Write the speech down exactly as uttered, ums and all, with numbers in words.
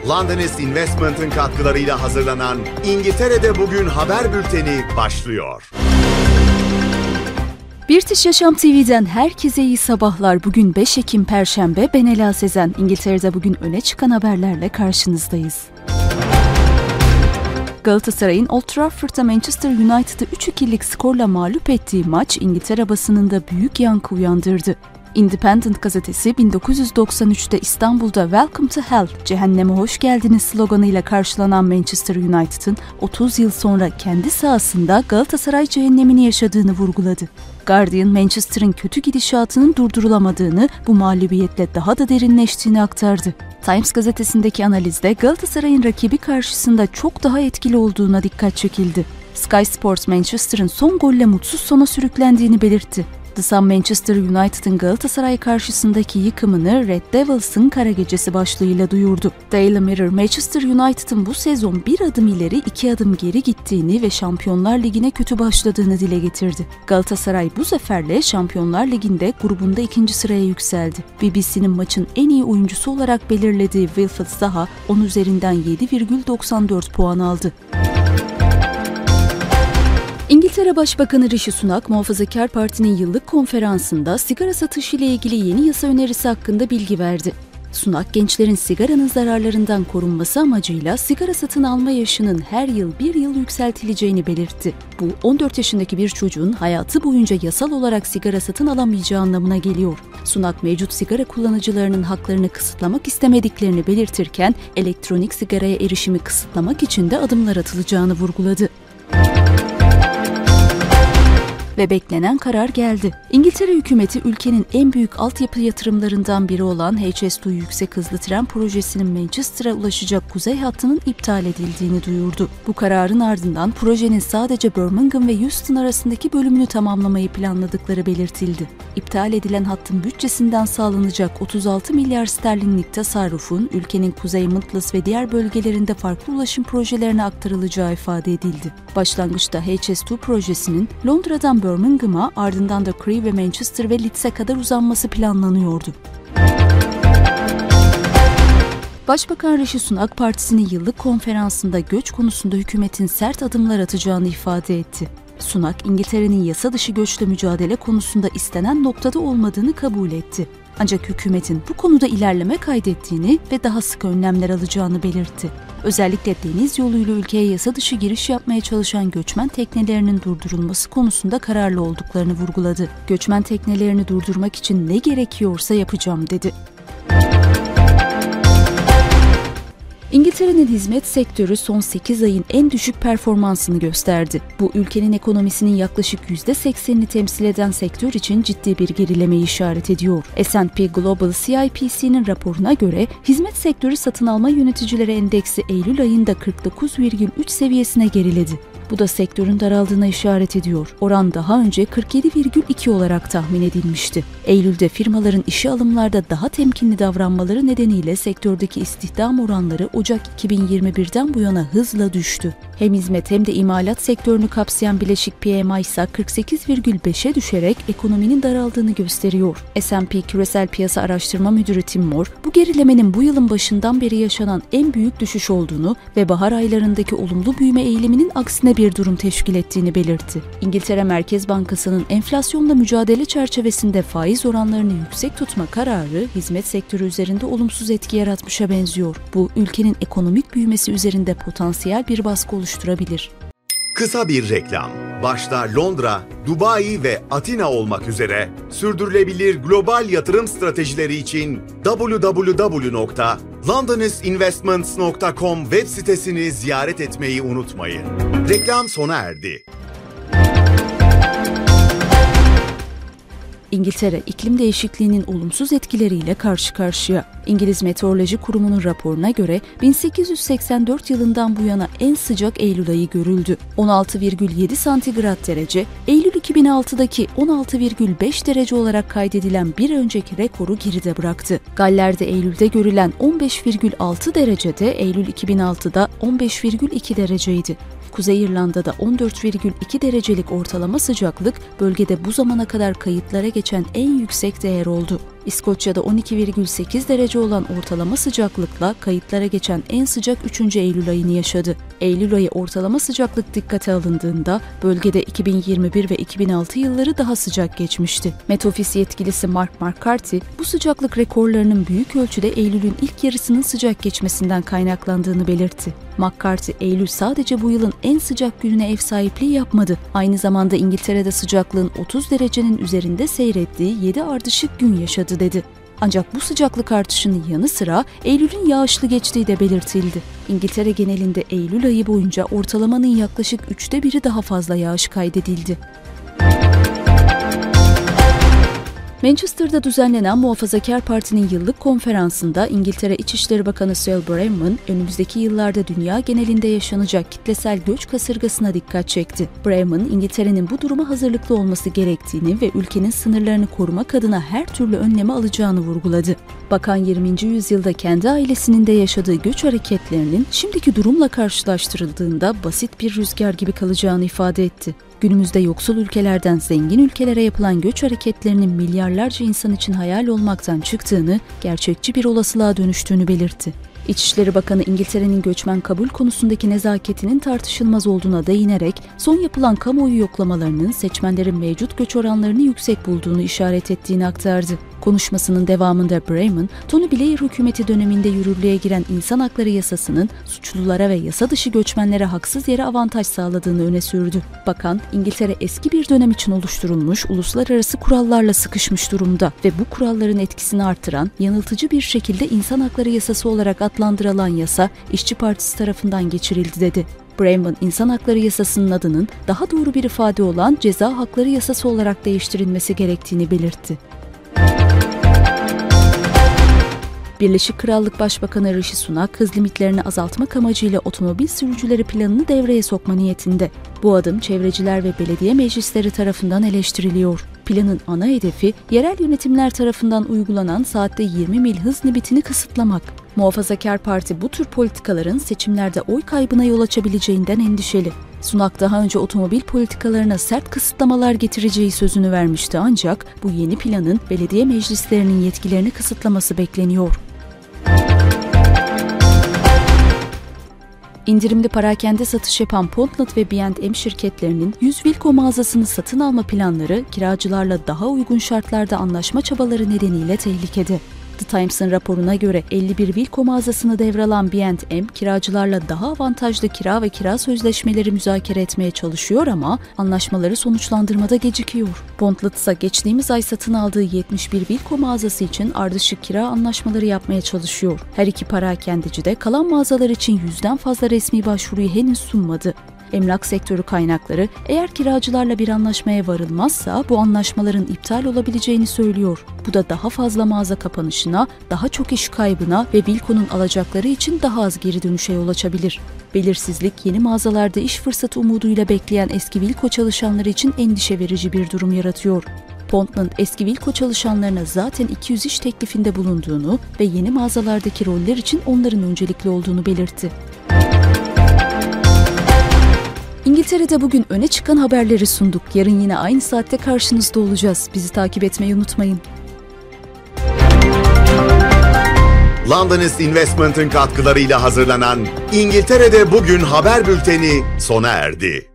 Londonist Investment'ın katkılarıyla hazırlanan İngiltere'de Bugün haber bülteni başlıyor. British Yaşam T V'den herkese iyi sabahlar. Bugün beş Ekim Perşembe. Ben Ela Sezen. İngiltere'de bugün öne çıkan haberlerle karşınızdayız. Galatasaray'ın Old Trafford'da Manchester United'ı üç ikilik skorla mağlup ettiği maç İngiltere basınında büyük yankı uyandırdı. Independent gazetesi bin dokuz yüz doksan üçte İstanbul'da "Welcome to Hell, cehenneme hoş geldiniz" sloganıyla karşılanan Manchester United'ın otuz yıl sonra kendi sahasında Galatasaray cehennemini yaşadığını vurguladı. Guardian, Manchester'ın kötü gidişatının durdurulamadığını, bu mağlubiyetle daha da derinleştiğini aktardı. Times gazetesindeki analizde Galatasaray'ın rakibi karşısında çok daha etkili olduğuna dikkat çekildi. Sky Sports, Manchester'ın son golle mutsuz sona sürüklendiğini belirtti. The Sun, Manchester United'ın Galatasaray karşısındaki yıkımını Red Devils'ın kara gecesi başlığıyla duyurdu. Daily Mirror, Manchester United'ın bu sezon bir adım ileri iki adım geri gittiğini ve Şampiyonlar Ligi'ne kötü başladığını dile getirdi. Galatasaray bu zaferle Şampiyonlar Ligi'nde grubunda ikinci sıraya yükseldi. B B C'nin maçın en iyi oyuncusu olarak belirlediği Wilfried Zaha on üzerinden yedi virgül doksan dört puan aldı. İngiltere Başbakanı Rishi Sunak, Muhafazakar Parti'nin yıllık konferansında sigara satışı ile ilgili yeni yasa önerisi hakkında bilgi verdi. Sunak, gençlerin sigaranın zararlarından korunması amacıyla sigara satın alma yaşının her yıl bir yıl yükseltileceğini belirtti. Bu, on dört yaşındaki bir çocuğun hayatı boyunca yasal olarak sigara satın alamayacağı anlamına geliyor. Sunak, mevcut sigara kullanıcılarının haklarını kısıtlamak istemediklerini belirtirken, elektronik sigaraya erişimi kısıtlamak için de adımlar atılacağını vurguladı. Ve beklenen karar geldi. İngiltere hükümeti ülkenin en büyük altyapı yatırımlarından biri olan H S iki yüksek hızlı tren projesinin Manchester'a ulaşacak kuzey hattının iptal edildiğini duyurdu. Bu kararın ardından projenin sadece Birmingham ve Euston arasındaki bölümünü tamamlamayı planladıkları belirtildi. İptal edilen hattın bütçesinden sağlanacak otuz altı milyar sterlinlik tasarrufun ülkenin Kuzey Midlands ve diğer bölgelerinde farklı ulaşım projelerine aktarılacağı ifade edildi. Başlangıçta H S iki projesinin Londra'dan Birmingham'a, ardından da Crewe ve Manchester ve Leeds'e kadar uzanması planlanıyordu. Başbakan Rishi Sunak, partisinin yıllık konferansında göç konusunda hükümetin sert adımlar atacağını ifade etti. Sunak, İngiltere'nin yasa dışı göçle mücadele konusunda istenen noktada olmadığını kabul etti. Ancak hükümetin bu konuda ilerleme kaydettiğini ve daha sık önlemler alacağını belirtti. Özellikle deniz yoluyla ülkeye yasa dışı giriş yapmaya çalışan göçmen teknelerinin durdurulması konusunda kararlı olduklarını vurguladı. Göçmen teknelerini durdurmak için ne gerekiyorsa yapacağım dedi. İngiltere'nin hizmet sektörü son sekiz ayın en düşük performansını gösterdi. Bu, ülkenin ekonomisinin yaklaşık yüzde seksenini temsil eden sektör için ciddi bir gerilemeyi işaret ediyor. S and P Global C I P C'nin raporuna göre hizmet sektörü satın alma yöneticileri endeksi Eylül ayında kırk dokuz virgül üç seviyesine geriledi. Bu da sektörün daraldığına işaret ediyor. Oran daha önce kırk yedi virgül iki olarak tahmin edilmişti. Eylül'de firmaların işe alımlarda daha temkinli davranmaları nedeniyle sektördeki istihdam oranları Ocak iki bin yirmi birden bu yana hızla düştü. Hem hizmet hem de imalat sektörünü kapsayan bileşik P M I ise kırk sekiz virgül beşe düşerek ekonominin daraldığını gösteriyor. S and P Küresel Piyasa Araştırma Müdürü Tim Moore, bu gerilemenin bu yılın başından beri yaşanan en büyük düşüş olduğunu ve bahar aylarındaki olumlu büyüme eğiliminin aksine bir durum teşkil ettiğini belirtti. İngiltere Merkez Bankası'nın enflasyonla mücadele çerçevesinde faiz oranlarını yüksek tutma kararı hizmet sektörü üzerinde olumsuz etki yaratmışa benziyor. Bu, ülkenin ekonomik büyümesi üzerinde potansiyel bir baskı oluşturabilir. Kısa bir reklam. Başta Londra, Dubai ve Atina olmak üzere sürdürülebilir global yatırım stratejileri için double-u double-u double-u nokta londonist investments nokta com web sitesini ziyaret etmeyi unutmayın. Reklam sona erdi. İngiltere, iklim değişikliğinin olumsuz etkileriyle karşı karşıya. İngiliz Meteoroloji Kurumu'nun raporuna göre bin sekiz yüz seksen dört yılından bu yana en sıcak Eylül ayı görüldü. on altı virgül yedi santigrat derece, Eylül iki bin altıdaki on altı virgül beş derece olarak kaydedilen bir önceki rekoru geride bıraktı. Galler'de Eylül'de görülen on beş virgül altı derecede Eylül iki bin altıda on beş virgül iki dereceydi. Kuzey İrlanda'da on dört virgül iki derecelik ortalama sıcaklık bölgede bu zamana kadar kayıtlara geçen en yüksek değer oldu. İskoçya'da on iki virgül sekiz derece olan ortalama sıcaklıkla kayıtlara geçen en sıcak üçüncü Eylül ayını yaşadı. Eylül ayı ortalama sıcaklık dikkate alındığında bölgede iki bin yirmi bir ve iki bin altı yılları daha sıcak geçmişti. Met Office yetkilisi Mark McCarthy, bu sıcaklık rekorlarının büyük ölçüde Eylül'ün ilk yarısının sıcak geçmesinden kaynaklandığını belirtti. McCarthy, Eylül sadece bu yılın en sıcak gününe ev sahipliği yapmadı. Aynı zamanda İngiltere'de sıcaklığın otuz derecenin üzerinde seyrettiği yedi ardışık gün yaşadı dedi. Ancak bu sıcaklık artışının yanı sıra Eylül'ün yağışlı geçtiği de belirtildi. İngiltere genelinde Eylül ayı boyunca ortalamanın yaklaşık üçte biri daha fazla yağış kaydedildi. Manchester'da düzenlenen Muhafazakar Parti'nin yıllık konferansında İngiltere İçişleri Bakanı Sir Bramham, önümüzdeki yıllarda dünya genelinde yaşanacak kitlesel göç kasırgasına dikkat çekti. Bramham, İngiltere'nin bu duruma hazırlıklı olması gerektiğini ve ülkenin sınırlarını korumak adına her türlü önlemi alacağını vurguladı. Bakan yirminci yüzyılda kendi ailesinin de yaşadığı göç hareketlerinin şimdiki durumla karşılaştırıldığında basit bir rüzgar gibi kalacağını ifade etti. Günümüzde yoksul ülkelerden zengin ülkelere yapılan göç hareketlerinin milyarlarca insan için hayal olmaktan çıktığını, gerçekçi bir olasılığa dönüştüğünü belirtti. İçişleri Bakanı İngiltere'nin göçmen kabul konusundaki nezaketinin tartışılmaz olduğuna değinerek son yapılan kamuoyu yoklamalarının seçmenlerin mevcut göç oranlarını yüksek bulduğunu işaret ettiğini aktardı. Konuşmasının devamında Bramham, Tony Blair hükümeti döneminde yürürlüğe giren insan hakları yasasının suçlulara ve yasa dışı göçmenlere haksız yere avantaj sağladığını öne sürdü. Bakan, İngiltere eski bir dönem için oluşturulmuş uluslararası kurallarla sıkışmış durumda ve bu kuralların etkisini artıran, yanıltıcı bir şekilde insan hakları yasası olarak adlandırılan yasa İşçi Partisi tarafından geçirildi dedi. Bramham, insan hakları yasasının adının daha doğru bir ifade olan ceza hakları yasası olarak değiştirilmesi gerektiğini belirtti. Birleşik Krallık Başbakanı Rishi Sunak, hız limitlerini azaltmak amacıyla otomobil sürücüleri planını devreye sokma niyetinde. Bu adım çevreciler ve belediye meclisleri tarafından eleştiriliyor. Planın ana hedefi, yerel yönetimler tarafından uygulanan saatte yirmi mil hız limitini kısıtlamak. Muhafazakar Parti bu tür politikaların seçimlerde oy kaybına yol açabileceğinden endişeli. Sunak daha önce otomobil politikalarına sert kısıtlamalar getireceği sözünü vermişti, ancak bu yeni planın belediye meclislerinin yetkilerini kısıtlaması bekleniyor. İndirimli parakende satış yapan Pontland ve B and M şirketlerinin yüz Wilko mağazasını satın alma planları kiracılarla daha uygun şartlarda anlaşma çabaları nedeniyle tehlikede. The Times'ın raporuna göre elli bir Wilko mağazasını devralan B and M, kiracılarla daha avantajlı kira ve kira sözleşmeleri müzakere etmeye çalışıyor ama anlaşmaları sonuçlandırmada gecikiyor. Pontland ise geçtiğimiz ay satın aldığı yetmiş bir Wilko mağazası için ardışık kira anlaşmaları yapmaya çalışıyor. Her iki perakendeci de kalan mağazalar için yüzden fazla resmi başvuruyu henüz sunmadı. Emlak sektörü kaynakları, eğer kiracılarla bir anlaşmaya varılmazsa bu anlaşmaların iptal olabileceğini söylüyor. Bu da daha fazla mağaza kapanışına, daha çok iş kaybına ve Wilko'nun alacakları için daha az geri dönüşe yol açabilir. Belirsizlik, yeni mağazalarda iş fırsatı umuduyla bekleyen eski Wilko çalışanları için endişe verici bir durum yaratıyor. Pontland, eski Wilko çalışanlarına zaten iki yüz iş teklifinde bulunduğunu ve yeni mağazalardaki roller için onların öncelikli olduğunu belirtti. İngiltere'de bugün öne çıkan haberleri sunduk. Yarın yine aynı saatte karşınızda olacağız. Bizi takip etmeyi unutmayın. Londonist Investment'ın katkılarıyla hazırlanan İngiltere'de Bugün haber bülteni sona erdi.